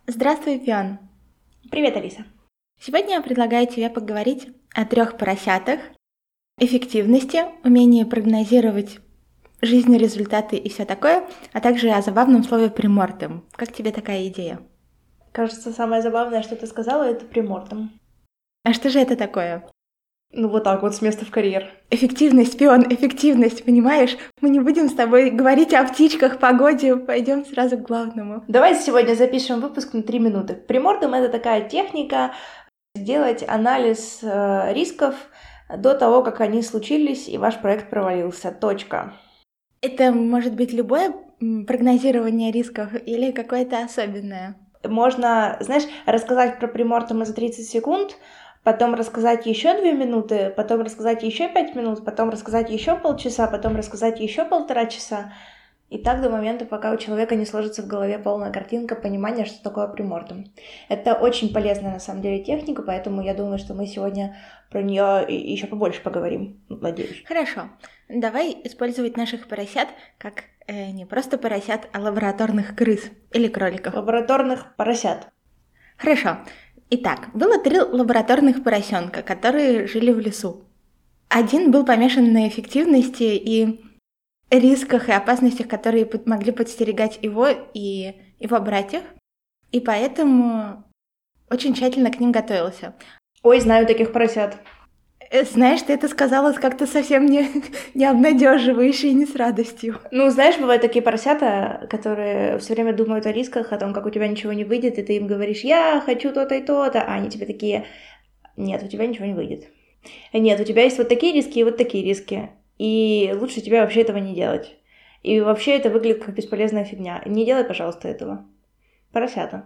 Здравствуй, Пион. Привет, Алиса. Сегодня я предлагаю тебе поговорить о 3 поросятах, эффективности, умении прогнозировать жизнь, результаты и все такое, а также о забавном слове «примортем». Как тебе такая идея? Кажется, самое забавное, что ты сказала, это примортом. А что же это такое? Ну вот так вот, с места в карьер. Эффективность, Пион, эффективность, понимаешь? Мы не будем с тобой говорить о птичках, погоде, пойдем сразу к главному. Давай сегодня запишем выпуск на 3 минуты. Примортом — это такая техника сделать анализ рисков до того, как они случились, и ваш проект провалился. Точка. Это может быть любое прогнозирование рисков или какое-то особенное? Можно, знаешь, рассказать про примортом за 30 секунд, потом рассказать еще 2 минуты, потом рассказать еще 5 минут, потом рассказать еще полчаса, потом рассказать еще 1,5 часа. И так до момента, пока у человека не сложится в голове полная картинка понимания, что такое примортум. Это очень полезная на самом деле техника, поэтому я думаю, что мы сегодня про нее еще побольше поговорим, надеюсь. Хорошо. Давай использовать наших поросят как не просто поросят, а лабораторных крыс или кроликов. Лабораторных поросят. Хорошо. Итак, было 3 лабораторных поросенка, которые жили в лесу. Один был помешан на эффективности и рисках и опасностях, которые могли подстерегать его и его братьев, и поэтому очень тщательно к ним готовился. Ой, знаю таких поросят. Знаешь, ты это сказала как-то совсем не обнадеживающе и не с радостью. Ну, знаешь, бывают такие поросята, которые все время думают о рисках, о том, как у тебя ничего не выйдет, и ты им говоришь: я хочу то-то и то-то, а они тебе такие: нет, у тебя ничего не выйдет. Нет, у тебя есть вот такие риски и вот такие риски. И лучше тебе вообще этого не делать. И вообще это выглядит как бесполезная фигня. Не делай, пожалуйста, этого. Поросята.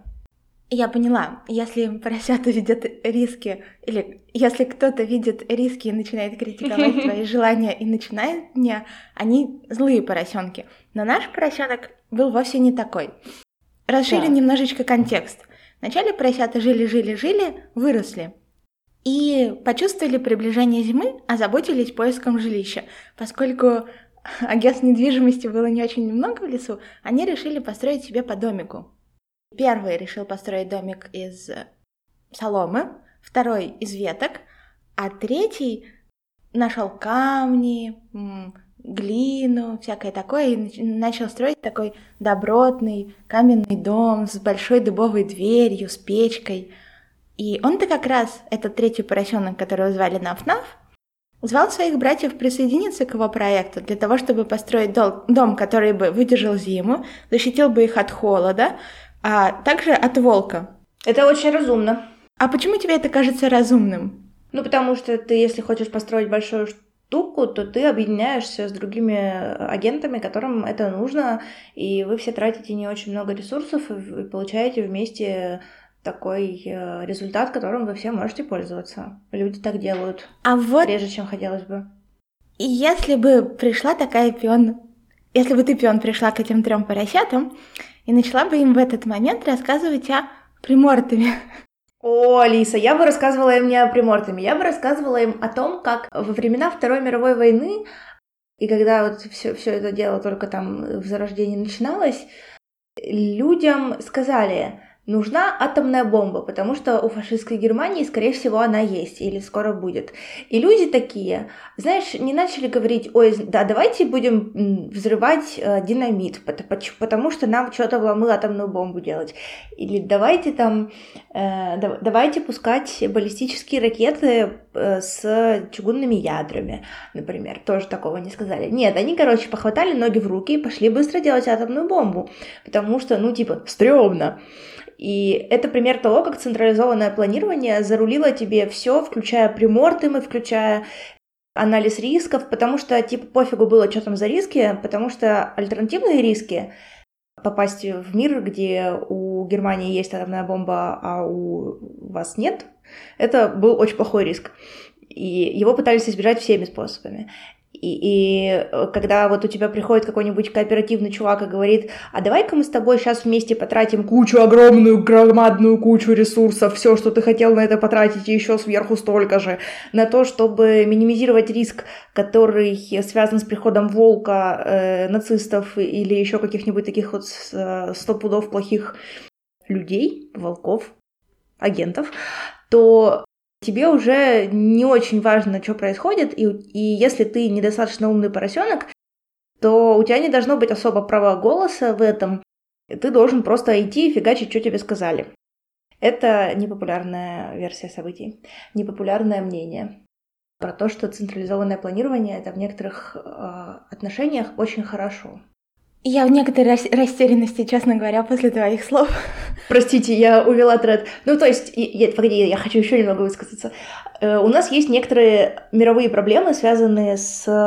Я поняла, если поросята видят риски, или если кто-то видит риски и начинает критиковать твои желания и начинает не, они злые поросенки. Но наш поросенок был вовсе не такой. Расширим немножечко контекст. Вначале поросята жили, выросли. И почувствовали приближение зимы, озаботились поиском жилища. Поскольку агентств недвижимости было не очень много в лесу, они решили построить себе по домику. Первый решил построить домик из соломы, второй из веток, а третий нашел камни, глину, всякое такое, и начал строить такой добротный каменный дом с большой дубовой дверью, с печкой. И он-то как раз, этот третий поросенок, которого звали Наф-Наф, звал своих братьев присоединиться к его проекту для того, чтобы построить дом, который бы выдержал зиму, защитил бы их от холода, а также от волка. Это очень разумно. А почему тебе это кажется разумным? Ну, потому что ты, если хочешь построить большую штуку, то ты объединяешься с другими агентами, которым это нужно, и вы все тратите не очень много ресурсов и получаете вместе такой результат, которым вы все можете пользоваться. Люди так делают. А вот реже, чем хотелось бы. И если бы пришла такая Пион, если бы ты, Пион, пришла к этим 3 поросятам и начала бы им в этот момент рассказывать о примортуме. О, Алиса, я бы рассказывала им не о примортуме, я бы рассказывала им о том, как во времена Второй мировой войны, и когда вот все это дело только там в зарождении начиналось, людям сказали: нужна атомная бомба, потому что у фашистской Германии, скорее всего, она есть или скоро будет. И люди такие, знаешь, не начали говорить: ой, да, давайте будем взрывать динамит, потому что нам что-то вломы атомную бомбу делать. Или давайте там, давайте пускать баллистические ракеты с чугунными ядрами, например. Тоже такого не сказали. Нет, они, короче, похватали ноги в руки и пошли быстро делать атомную бомбу, потому что, стрёмно. И это пример того, как централизованное планирование зарулило тебе все, включая примортумы, включая анализ рисков, потому что, пофигу было, что там за риски, потому что альтернативные риски — попасть в мир, где у Германии есть атомная бомба, а у вас нет, это был очень плохой риск. И его пытались избежать всеми способами. И когда вот у тебя приходит какой-нибудь кооперативный чувак и говорит: а давай-ка мы с тобой сейчас вместе потратим огромную, громадную кучу ресурсов, все, что ты хотел на это потратить, и еще сверху столько же, на то, чтобы минимизировать риск, который связан с приходом волка, нацистов или еще каких-нибудь таких вот 100 пудов плохих людей, волков, агентов, то тебе уже не очень важно, что происходит, и если ты недостаточно умный поросенок, то у тебя не должно быть особо права голоса в этом. Ты должен просто идти и фигачить, что тебе сказали. Это непопулярная версия событий, непопулярное мнение про то, что централизованное планирование — это в некоторых отношениях очень хорошо. Я в некоторой растерянности, честно говоря, после твоих слов. Простите, я увела тред. Ну, то есть, погоди, я хочу еще немного высказаться. У нас есть некоторые мировые проблемы, связанные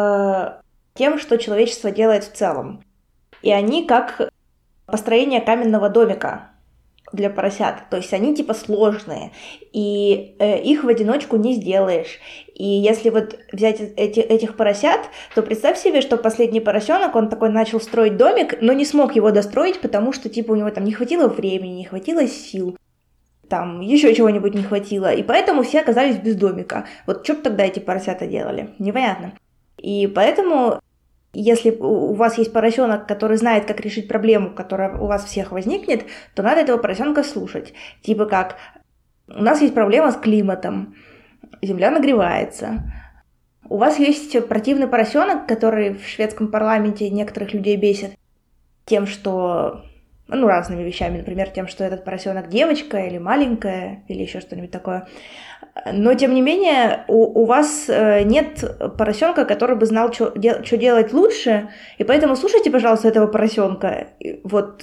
с тем, что человечество делает в целом. И они как построение каменного домика для поросят. То есть они типа сложные, и их в одиночку не сделаешь. И если вот взять этих поросят, то представь себе, что последний поросенок, он такой начал строить домик, но не смог его достроить, потому что типа у него там не хватило времени, не хватило сил, там еще чего-нибудь не хватило, и поэтому все оказались без домика. Вот что бы тогда эти поросята делали? Непонятно. И поэтому, если у вас есть поросенок, который знает, как решить проблему, которая у вас всех возникнет, то надо этого поросенка слушать. Типа как: у нас есть проблема с климатом, земля нагревается. У вас есть противный поросенок, который в шведском парламенте некоторых людей бесит тем, что... разными вещами, например, тем, что этот поросенок девочка или маленькая, или еще что-нибудь такое. Но, тем не менее, у вас нет поросенка, который бы знал, что делать лучше, и поэтому слушайте, пожалуйста, этого поросенка. Вот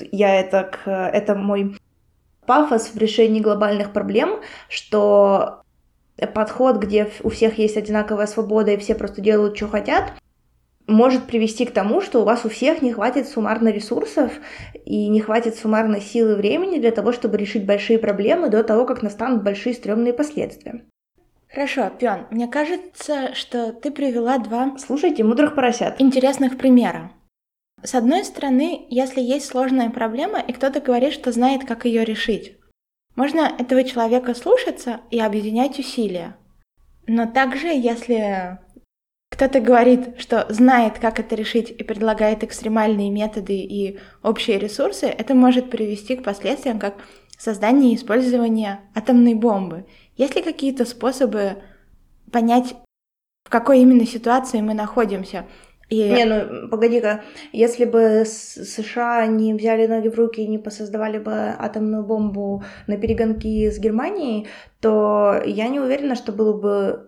это мой пафос в решении глобальных проблем, что подход, где у всех есть одинаковая свобода и все просто делают, что хотят, может привести к тому, что у вас у всех не хватит суммарно ресурсов и не хватит суммарно сил и времени для того, чтобы решить большие проблемы до того, как настанут большие стрёмные последствия. Хорошо, Пион, мне кажется, что ты привела два... Слушайте мудрых поросят. Интересных примера. С одной стороны, если есть сложная проблема, и кто-то говорит, что знает, как ее решить, можно этого человека слушаться и объединять усилия. Но также, если кто-то говорит, что знает, как это решить, и предлагает экстремальные методы и общие ресурсы, это может привести к последствиям, как создание и использование атомной бомбы. Есть ли какие-то способы понять, в какой именно ситуации мы находимся? Погоди-ка, если бы США не взяли ноги в руки и не посоздавали бы атомную бомбу на перегонки с Германией, то я не уверена, что было бы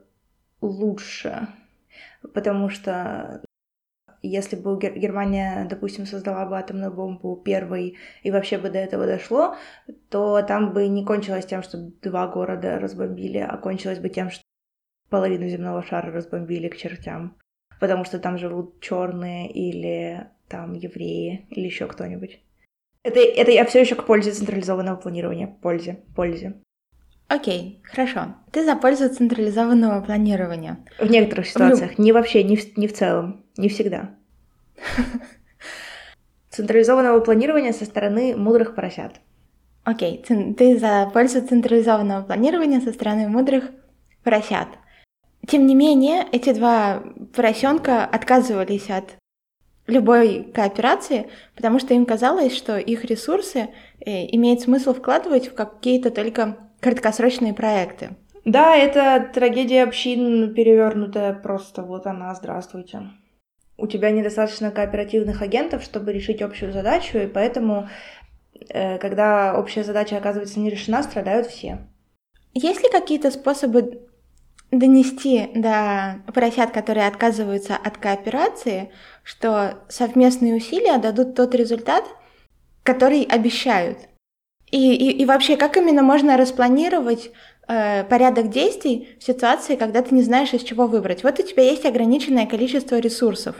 лучше. Потому что если бы Германия, допустим, создала бы атомную бомбу первой и вообще бы до этого дошло, то там бы не кончилось тем, что 2 города разбомбили, а кончилось бы тем, что половину земного шара разбомбили к чертям. Потому что там живут черные или там евреи или еще кто-нибудь. Это я все еще к пользе централизованного планирования. Пользе. Окей, хорошо. Ты за пользу централизованного планирования. В некоторых ситуациях. Не вообще, не в целом. Не всегда. Централизованного планирования со стороны мудрых поросят. Окей, ты за пользу централизованного планирования со стороны мудрых поросят. Тем не менее, эти 2 поросенка отказывались от любой кооперации, потому что им казалось, что их ресурсы имеет смысл вкладывать в какие-то только краткосрочные проекты. Да, это трагедия общин перевернутая просто. Вот она, здравствуйте. У тебя недостаточно кооперативных агентов, чтобы решить общую задачу, и поэтому, когда общая задача оказывается не решена, страдают все. Есть ли какие-то способы донести до поросят, которые отказываются от кооперации, что совместные усилия дадут тот результат, который обещают? И вообще, как именно можно распланировать порядок действий в ситуации, когда ты не знаешь, из чего выбрать? Вот у тебя есть ограниченное количество ресурсов.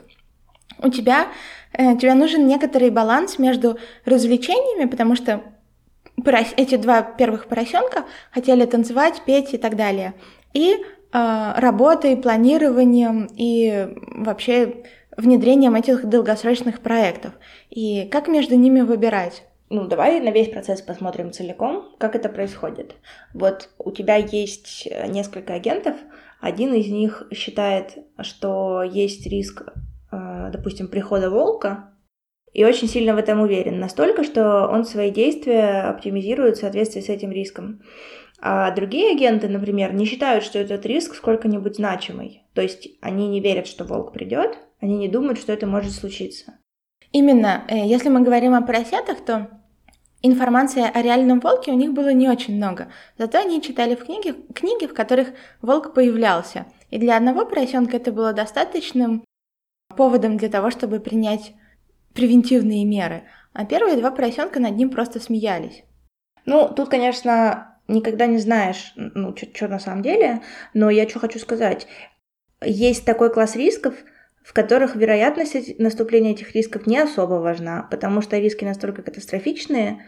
Тебе нужен некоторый баланс между развлечениями, потому что эти 2 первых поросенка хотели танцевать, петь и так далее, и работой, планированием и вообще внедрением этих долгосрочных проектов. И как между ними выбирать? Давай на весь процесс посмотрим целиком, как это происходит. Вот у тебя есть несколько агентов, один из них считает, что есть риск, допустим, прихода волка, и очень сильно в этом уверен. Настолько, что он свои действия оптимизирует в соответствии с этим риском. А другие агенты, например, не считают, что этот риск сколько-нибудь значимый. То есть они не верят, что волк придет, они не думают, что это может случиться. Именно, если мы говорим о поросятах, то информации о реальном волке у них было не очень много. Зато они читали книги, в которых волк появлялся. И для одного поросенка это было достаточным поводом для того, чтобы принять превентивные меры. А первые 2 поросенка над ним просто смеялись. Ну, тут, конечно, никогда не знаешь, что на самом деле, но я что хочу сказать. Есть такой класс рисков, в которых вероятность наступления этих рисков не особо важна, потому что риски настолько катастрофичные,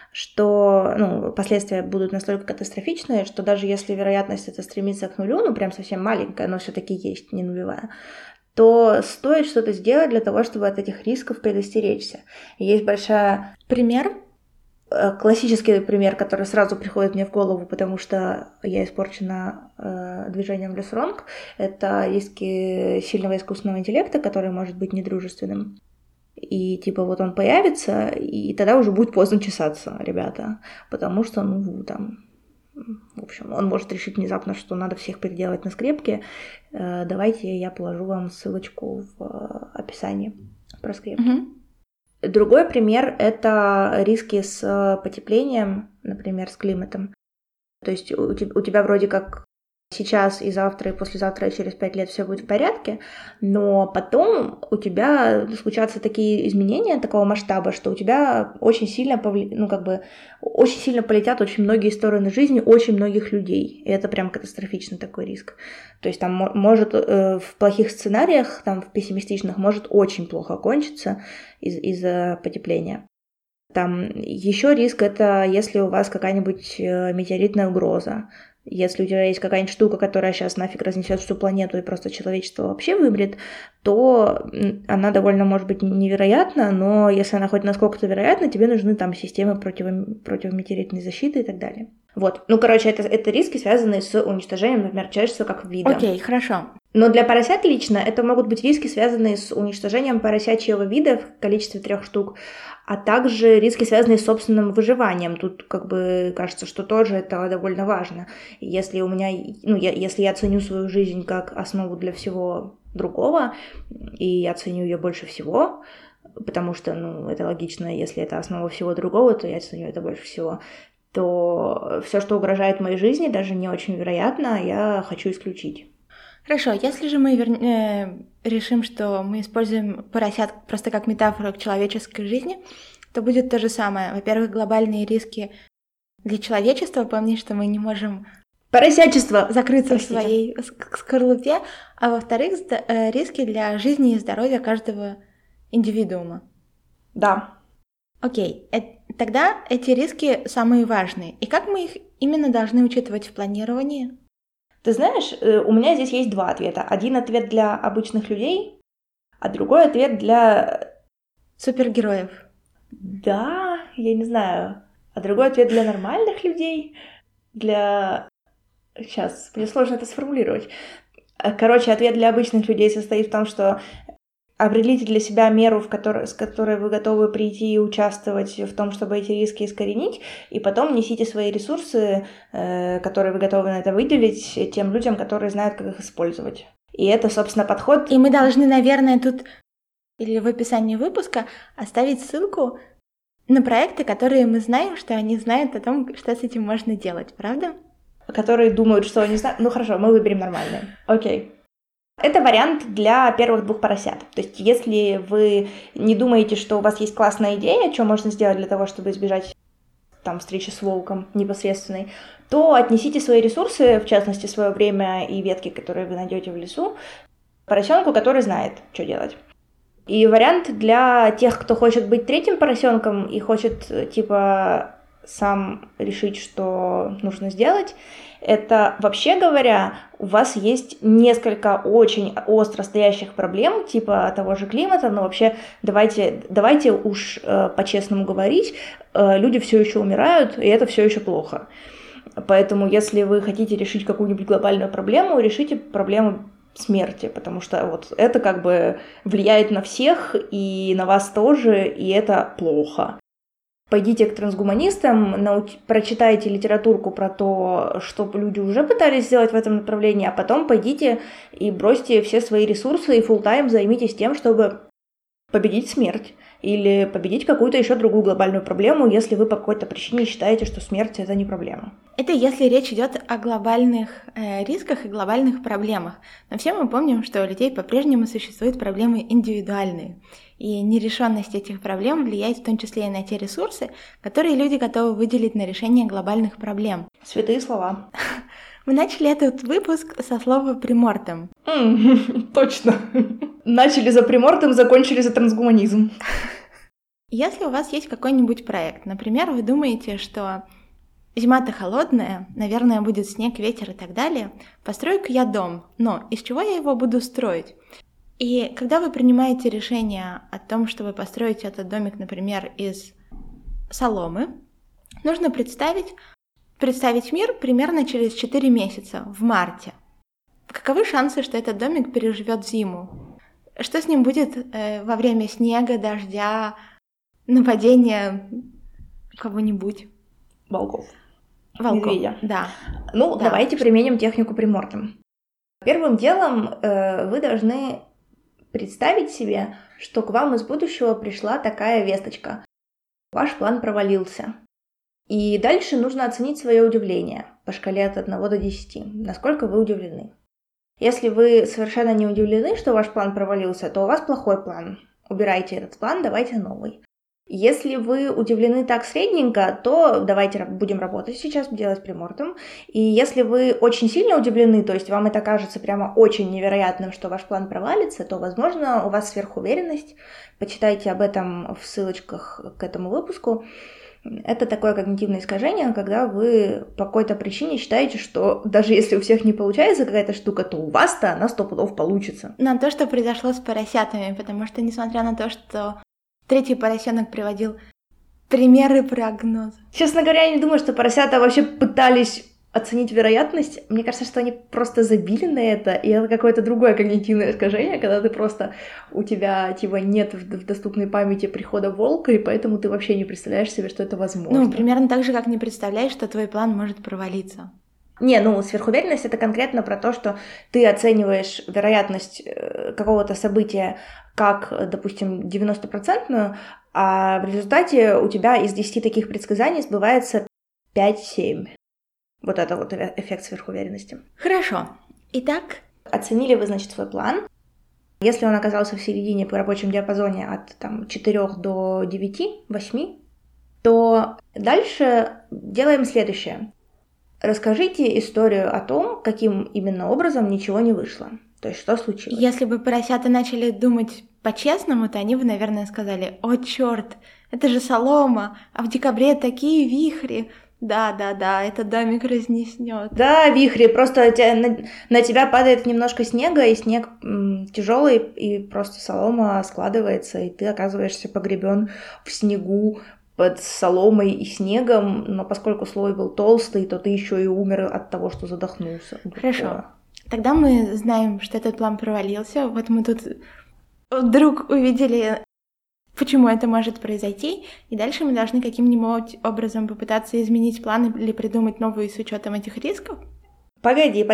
что последствия будут настолько катастрофичные, что даже если вероятность это стремится к нулю, прям совсем маленькая, но все-таки есть, не нулевая, то стоит что-то сделать для того, чтобы от этих рисков предостеречься. И есть большая... Пример? Классический пример, который сразу приходит мне в голову, потому что я испорчена движением Люсронг, это риски сильного искусственного интеллекта, который может быть недружественным. И вот он появится, и тогда уже будет поздно чесаться, ребята, потому что, в общем, он может решить внезапно, что надо всех переделать на скрепки. Давайте я положу вам ссылочку в описании про скрепки. Другой пример — это риски с потеплением, например, с климатом. То есть у тебя вроде как сейчас и завтра, и послезавтра, и через 5 лет все будет в порядке, но потом у тебя случатся такие изменения такого масштаба, что у тебя очень сильно, очень сильно полетят очень многие стороны жизни очень многих людей. И это прям катастрофичный такой риск. То есть там может в плохих сценариях, там в пессимистичных, может очень плохо кончиться из-за потепления. Там еще риск — это если у вас какая-нибудь метеоритная угроза. Если у тебя есть какая-нибудь штука, которая сейчас нафиг разнесет всю планету и просто человечество вообще вымрет, то она довольно может быть невероятна, но если она хоть насколько-то вероятна, тебе нужны там системы противометеоритной защиты и так далее. Вот. Это риски, связанные с уничтожением, например, человечества как вида. Окей, хорошо. Но для поросят лично это могут быть риски, связанные с уничтожением поросячьего вида в количестве 3 штук, а также риски, связанные с собственным выживанием. Тут кажется, что тоже это довольно важно. Если если я ценю свою жизнь как основу для всего другого, и я ценю ее больше всего, потому что, это логично, если это основа всего другого, то я ценю это больше всего, то все, что угрожает моей жизни, даже не очень вероятно, я хочу исключить. Хорошо, если же мы решим, что мы используем поросят просто как метафору к человеческой жизни, то будет то же самое. Во-первых, глобальные риски для человечества, помни, что мы не можем поросячество закрыться в своей скорлупе, а во-вторых, риски для жизни и здоровья каждого индивидуума. Да. Окей, тогда эти риски самые важные. И как мы их именно должны учитывать в планировании? Ты знаешь, у меня здесь есть 2 ответа. Один ответ для обычных людей, а другой ответ для... супергероев. Да, я не знаю. А другой ответ для нормальных людей, Сейчас, мне сложно это сформулировать. Ответ для обычных людей состоит в том, что определите для себя меру, с которой вы готовы прийти и участвовать в том, чтобы эти риски искоренить, и потом несите свои ресурсы, которые вы готовы на это выделить, тем людям, которые знают, как их использовать. И это, собственно, подход. И мы должны, наверное, тут или в описании выпуска оставить ссылку на проекты, которые мы знаем, что они знают о том, что с этим можно делать, правда? Которые думают, что они знают. Ну хорошо, мы выберем нормальные. Окей. Это вариант для первых 2 поросят. То есть, если вы не думаете, что у вас есть классная идея, что можно сделать для того, чтобы избежать встречи с волком непосредственной, то отнесите свои ресурсы, в частности, свое время и ветки, которые вы найдете в лесу, поросенку, который знает, что делать. И вариант для тех, кто хочет быть 3-м поросенком и хочет, сам решить, что нужно сделать, это, вообще говоря, у вас есть несколько очень остро стоящих проблем, типа того же климата, но вообще давайте уж по-честному говорить, люди все еще умирают, и это все еще плохо. Поэтому, если вы хотите решить какую-нибудь глобальную проблему, решите проблему смерти, потому что вот это как бы влияет на всех и на вас тоже, и это плохо. Пойдите к трансгуманистам, прочитайте литературку про то, что люди уже пытались сделать в этом направлении, а потом пойдите и бросьте все свои ресурсы и фулл-тайм займитесь тем, чтобы победить смерть или победить какую-то еще другую глобальную проблему, если вы по какой-то причине считаете, что смерть — это не проблема. Это если речь идет о глобальных рисках и глобальных проблемах. Но все мы помним, что у людей по-прежнему существуют проблемы индивидуальные. И нерешенность этих проблем влияет в том числе и на те ресурсы, которые люди готовы выделить на решение глобальных проблем. Святые слова. Мы начали этот выпуск со слова «примортем». Точно. Начали за примортем, закончили за трансгуманизм. Если у вас есть какой-нибудь проект, например, вы думаете, что зима-то холодная, наверное, будет снег, ветер и так далее, построю-ка я дом, но из чего я его буду строить? И когда вы принимаете решение о том, чтобы построить этот домик, например, из соломы, нужно представить мир примерно через 4 месяца, в марте. Каковы шансы, что этот домик переживет зиму? Что с ним будет во время снега, дождя, нападения кого-нибудь? Волков. Медведя. Да. Да. Давайте применим технику примортем. Первым делом вы должны представить себе, что к вам из будущего пришла такая весточка. Ваш план провалился. И дальше нужно оценить свое удивление по шкале от 1 до 10. Насколько вы удивлены. Если вы совершенно не удивлены, что ваш план провалился, то у вас плохой план. Убирайте этот план, давайте новый. Если вы удивлены так средненько, то давайте будем работать сейчас, делать примортем. И если вы очень сильно удивлены, то есть вам это кажется прямо очень невероятным, что ваш план провалится, то, возможно, у вас сверхуверенность. Почитайте об этом в ссылочках к этому выпуску. Это такое когнитивное искажение, когда вы по какой-то причине считаете, что даже если у всех не получается какая-то штука, то у вас-то она 100% получится. На то, что произошло с поросятами, потому что, несмотря на то, что третий поросенок приводил примеры прогноза. Честно говоря, я не думаю, что поросята вообще пытались оценить вероятность. Мне кажется, что они просто забили на это, и это какое-то другое когнитивное искажение, когда у тебя нет в доступной памяти прихода волка, и поэтому ты вообще не представляешь себе, что это возможно. Примерно так же, как не представляешь, что твой план может провалиться. Сверхуверенность — это конкретно про то, что ты оцениваешь вероятность какого-то события как, допустим, 90%, а в результате у тебя из 10 таких предсказаний сбывается 5-7. Вот это вот эффект сверхуверенности. Хорошо. Итак, оценили вы, значит, свой план. Если он оказался в середине по рабочем диапазоне от 4 до 9, 8, то дальше делаем следующее. Расскажите историю о том, каким именно образом ничего не вышло. То есть, что случилось? Если бы поросята начали думать по-честному, то они бы, наверное, сказали: «О, чёрт, это же солома, а в декабре такие вихри. Да, этот домик разнеснёт». Да, вихри, просто на тебя падает немножко снега, и снег тяжелый, и просто солома складывается, и ты оказываешься погребен в снегу под соломой и снегом, но поскольку слой был толстый, то ты еще и умер от того, что задохнулся. Хорошо. Тогда мы знаем, что этот план провалился. Вот мы тут вдруг увидели, почему это может произойти, и дальше мы должны каким-нибудь образом попытаться изменить план или придумать новый с учетом этих рисков? Погоди.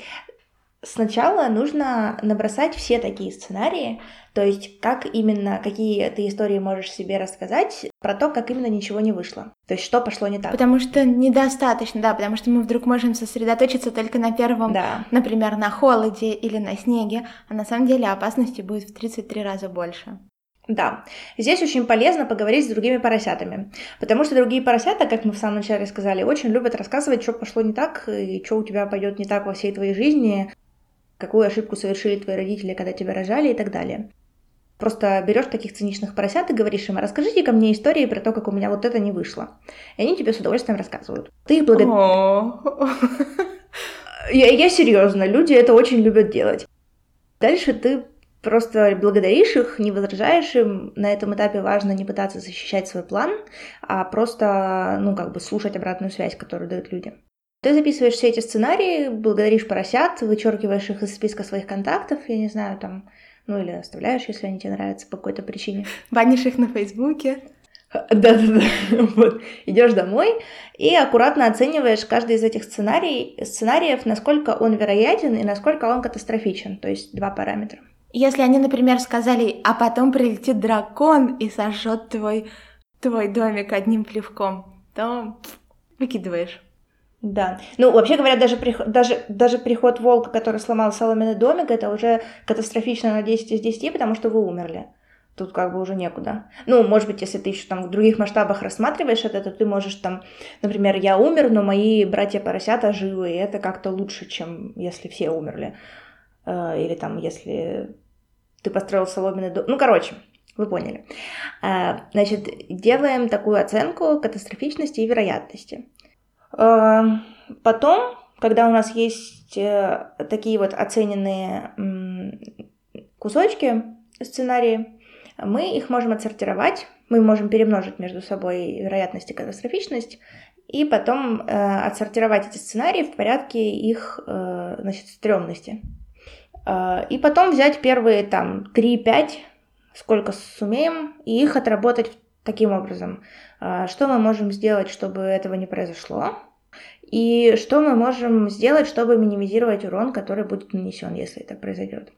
Сначала нужно набросать все такие сценарии, то есть какие ты истории можешь себе рассказать про то, как именно ничего не вышло. То есть что пошло не так. Потому что недостаточно, потому что мы вдруг можем сосредоточиться только на первом, например, на холоде или на снеге, а на самом деле опасности будет в 33 раза больше. Да, здесь очень полезно поговорить с другими поросятами, потому что другие поросята, как мы в самом начале сказали, очень любят рассказывать, что пошло не так, и что у тебя пойдет не так во всей твоей жизни, какую ошибку совершили твои родители, когда тебя рожали и так далее. Просто берешь таких циничных поросят и говоришь им: расскажите-ка мне истории про то, как у меня вот это не вышло. И они тебе с удовольствием рассказывают. Ты их Я серьезно, люди это очень любят делать. Дальше ты просто благодаришь их, не возражаешь им. На этом этапе важно не пытаться защищать свой план, а просто, слушать обратную связь, которую дают люди. Ты записываешь все эти сценарии, благодаришь поросят, вычеркиваешь их из списка своих контактов, я не знаю, там, или оставляешь, если они тебе нравятся по какой-то причине. Банишь их на Фейсбуке. Да-да-да, вот, идешь домой и аккуратно оцениваешь каждый из этих сценариев, насколько он вероятен и насколько он катастрофичен, то есть 2 параметра. Если они, например, сказали, а потом прилетит дракон и сожжет твой домик одним плевком, то выкидываешь. Да. Вообще говоря, даже приход волка, который сломал соломенный домик, это уже катастрофично на 10 из 10, потому что вы умерли. Тут как бы уже некуда. Может быть, если ты еще там в других масштабах рассматриваешь это, то ты можешь там, например, я умер, но мои братья-поросята живы, и это как-то лучше, чем если все умерли. Или там, если ты построил соломенный дом. Вы поняли. Значит, делаем такую оценку катастрофичности и вероятности. Потом, когда у нас есть такие вот оцененные кусочки, сценарии, мы их можем отсортировать, мы можем перемножить между собой вероятность и катастрофичность, и потом отсортировать эти сценарии в порядке их, стрёмности. И потом взять первые там 3-5, сколько сумеем, и их отработать таким образом. Что мы можем сделать, чтобы этого не произошло? И что мы можем сделать, чтобы минимизировать урон, который будет нанесен, если это произойдет?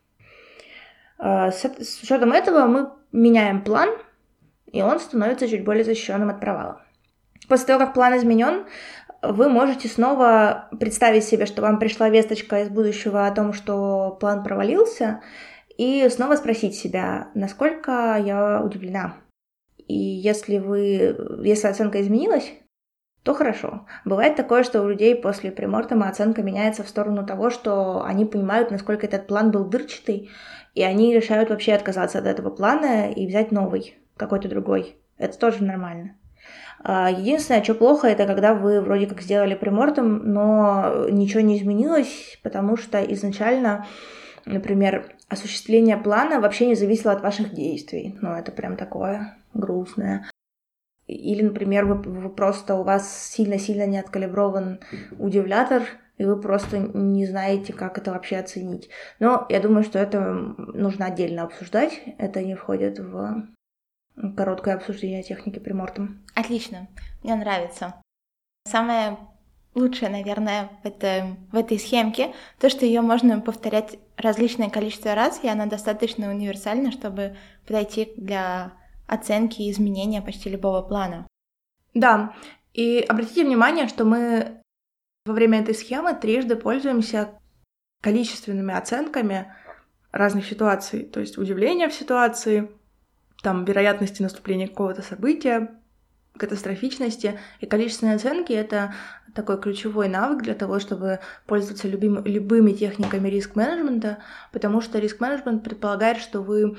С учетом этого мы меняем план, и он становится чуть более защищенным от провала. После того, как план изменен, вы можете снова представить себе, что вам пришла весточка из будущего о том, что план провалился, и снова спросить себя, насколько я удивлена. И если оценка изменилась, то хорошо. Бывает такое, что у людей после премортема оценка меняется в сторону того, что они понимают, насколько этот план был дырчатый, и они решают вообще отказаться от этого плана и взять новый, какой-то другой. Это тоже нормально. Единственное, что плохо, это когда вы вроде как сделали премортем, но ничего не изменилось, потому что изначально, например, осуществление плана вообще не зависело от ваших действий. Это прям такое грустное. Или, например, у вас сильно-сильно не откалиброван удивлятор, и вы просто не знаете, как это вообще оценить. Но я думаю, что это нужно отдельно обсуждать. Это не входит в короткое обсуждение техники премортем. Отлично, мне нравится. Самое лучшее, наверное, в этой схемке, то, что ее можно повторять различное количество раз, и она достаточно универсальна, чтобы подойти для оценки и изменения почти любого плана. Да, и обратите внимание, что мы во время этой схемы трижды пользуемся количественными оценками разных ситуаций, то есть удивления в ситуации, там вероятности наступления какого-то события, катастрофичности. И количественные оценки — это такой ключевой навык для того, чтобы пользоваться любыми техниками риск-менеджмента, потому что риск-менеджмент предполагает, что вы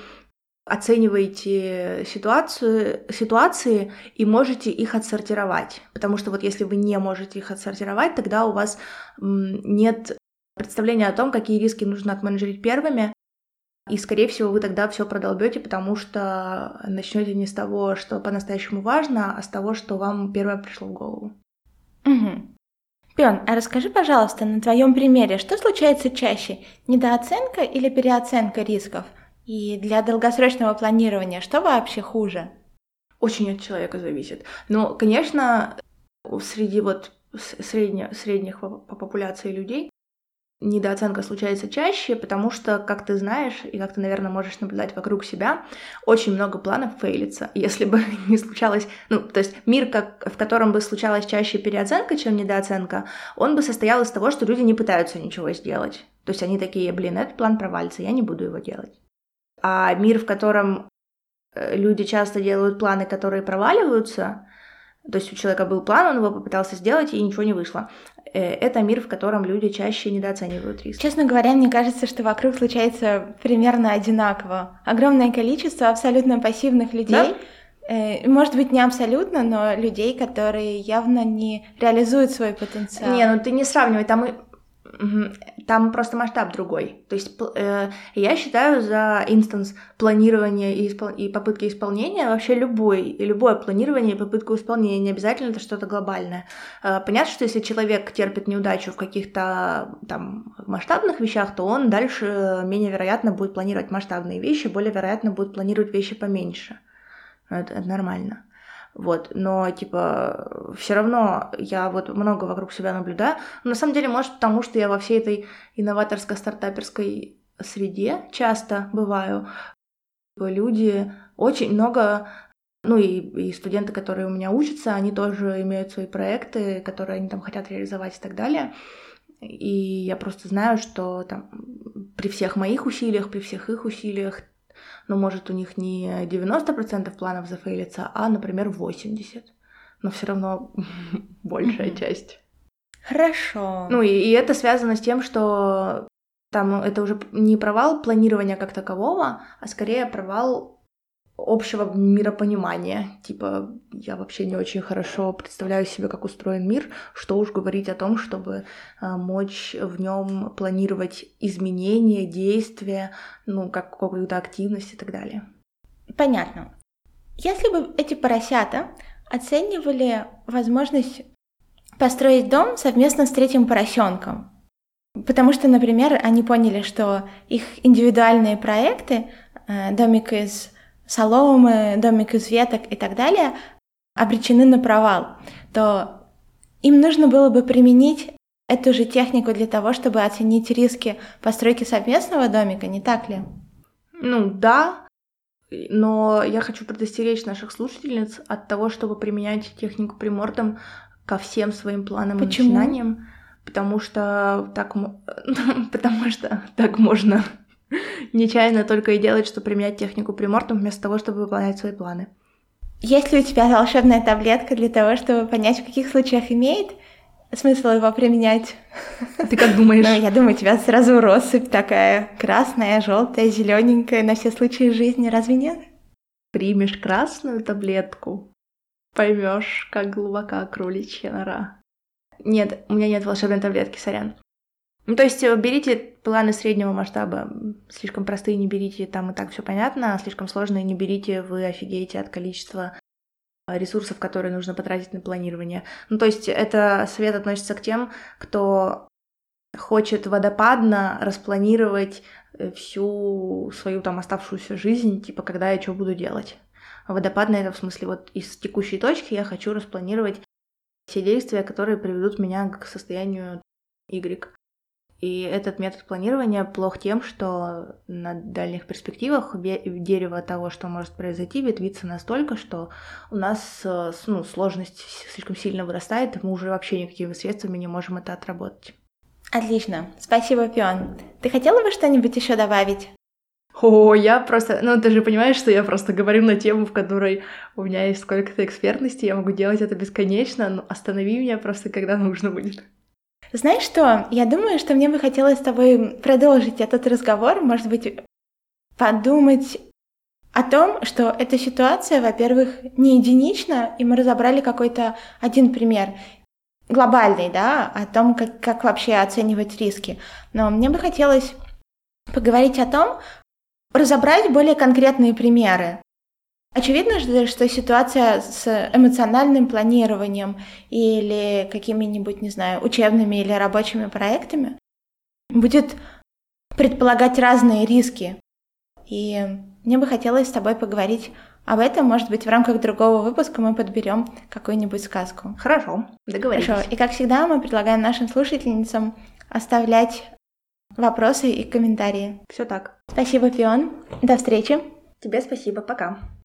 оцениваете ситуации и можете их отсортировать. Потому что если вы не можете их отсортировать, тогда у вас нет представления о том, какие риски нужно отменеджерить первыми, и, скорее всего, вы тогда все продолбете, потому что начнете не с того, что по-настоящему важно, а с того, что вам первое пришло в голову. Угу. Пион, а расскажи, пожалуйста, на твоем примере, что случается чаще, недооценка или переоценка рисков? И для долгосрочного планирования что вообще хуже? Очень от человека зависит. Но, конечно, среди средних по популяции людей недооценка случается чаще, потому что, как ты знаешь, и как ты, наверное, можешь наблюдать вокруг себя, очень много планов фейлится. Если бы не случалось... то есть мир, в котором бы случалась чаще переоценка, чем недооценка, он бы состоял из того, что люди не пытаются ничего сделать. То есть они такие, этот план провалится, я не буду его делать. А мир, в котором люди часто делают планы, которые проваливаются, то есть у человека был план, он его попытался сделать, и ничего не вышло. Это мир, в котором люди чаще недооценивают риски. Честно говоря, мне кажется, что вокруг случается примерно одинаково. Огромное количество абсолютно пассивных людей, да? Может быть, не абсолютно, но людей, которые явно не реализуют свой потенциал. Ты не сравнивай, там Там просто масштаб другой. То есть я считаю за инстанс планирования и попытки исполнения вообще любое планирование и попытку исполнения, не обязательно это что-то глобальное. Понятно, что если человек терпит неудачу в каких-то там масштабных вещах, то он дальше менее вероятно будет планировать масштабные вещи, более вероятно будет планировать вещи поменьше. Это нормально. Вот, но, типа, все равно я вот много вокруг себя наблюдаю. Но на самом деле, может, потому что я во всей этой инноваторско-стартаперской среде часто бываю. Люди очень много, ну и студенты, которые у меня учатся, они тоже имеют свои проекты, которые они там хотят реализовать и так далее. И я просто знаю, что там при всех моих усилиях, при всех их усилиях, ну, может, у них не 90% планов зафейлится, а, например, 80%. Но все равно большая часть. Хорошо. Ну, и это связано с тем, что там это уже не провал планирования как такового, а скорее провал общего миропонимания. Типа, я вообще не очень хорошо представляю себе, как устроен мир, что уж говорить о том, чтобы мочь в нем планировать изменения, действия, ну, как какую-то активность и так далее. Понятно. Если бы эти поросята оценивали возможность построить дом совместно с третьим поросенком, потому что, например, они поняли, что их индивидуальные проекты, домик из соломы, домик из веток и так далее, обречены на провал, то им нужно было бы применить эту же технику для того, чтобы оценить риски постройки совместного домика, не так ли? Ну да, но я хочу предостеречь наших слушательниц от того, чтобы применять технику примортом ко всем своим планам и начинаниям, потому что так можно нечаянно только и делать, что применять технику примортом вместо того, чтобы выполнять свои планы. Есть ли у тебя волшебная таблетка для того, чтобы понять, в каких случаях имеет смысл его применять? Ты как думаешь? Ну, я думаю, у тебя сразу россыпь такая красная, желтая, зелененькая на все случаи жизни, разве нет? Примешь красную таблетку, поймешь, как глубока кроличья нора. Нет, у меня нет волшебной таблетки, сорян. Ну, то есть берите планы среднего масштаба. Слишком простые не берите, там и так все понятно. Слишком сложные не берите, вы офигеете от количества ресурсов, которые нужно потратить на планирование. Ну, то есть это совет относится к тем, кто хочет водопадно распланировать всю свою там оставшуюся жизнь, типа, когда я что буду делать. Водопадно это в смысле вот из текущей точки я хочу распланировать все действия, которые приведут меня к состоянию Y. И этот метод планирования плох тем, что на дальних перспективах дерево того, что может произойти, ветвится настолько, что у нас сложность слишком сильно вырастает, и мы уже вообще никакими средствами не можем это отработать. Отлично. Спасибо, Пион. Ты хотела бы что-нибудь еще добавить? Я просто... Ну, ты же понимаешь, что я просто говорю на тему, в которой у меня есть сколько-то экспертности, я могу делать это бесконечно, но останови меня просто, когда нужно будет. Знаешь что? Я думаю, что мне бы хотелось с тобой продолжить этот разговор, может быть, подумать о том, что эта ситуация, во-первых, не единична, и мы разобрали какой-то один пример, глобальный, да, о том, как вообще оценивать риски. Но мне бы хотелось поговорить о том, разобрать более конкретные примеры. Очевидно же, что ситуация с эмоциональным планированием или какими-нибудь, не знаю, учебными или рабочими проектами будет предполагать разные риски. И мне бы хотелось с тобой поговорить об этом. Может быть, в рамках другого выпуска мы подберем какую-нибудь сказку. Хорошо, договорились. Хорошо. И как всегда, мы предлагаем нашим слушательницам оставлять вопросы и комментарии. Все так. Спасибо, Пион. До встречи. Тебе спасибо, пока.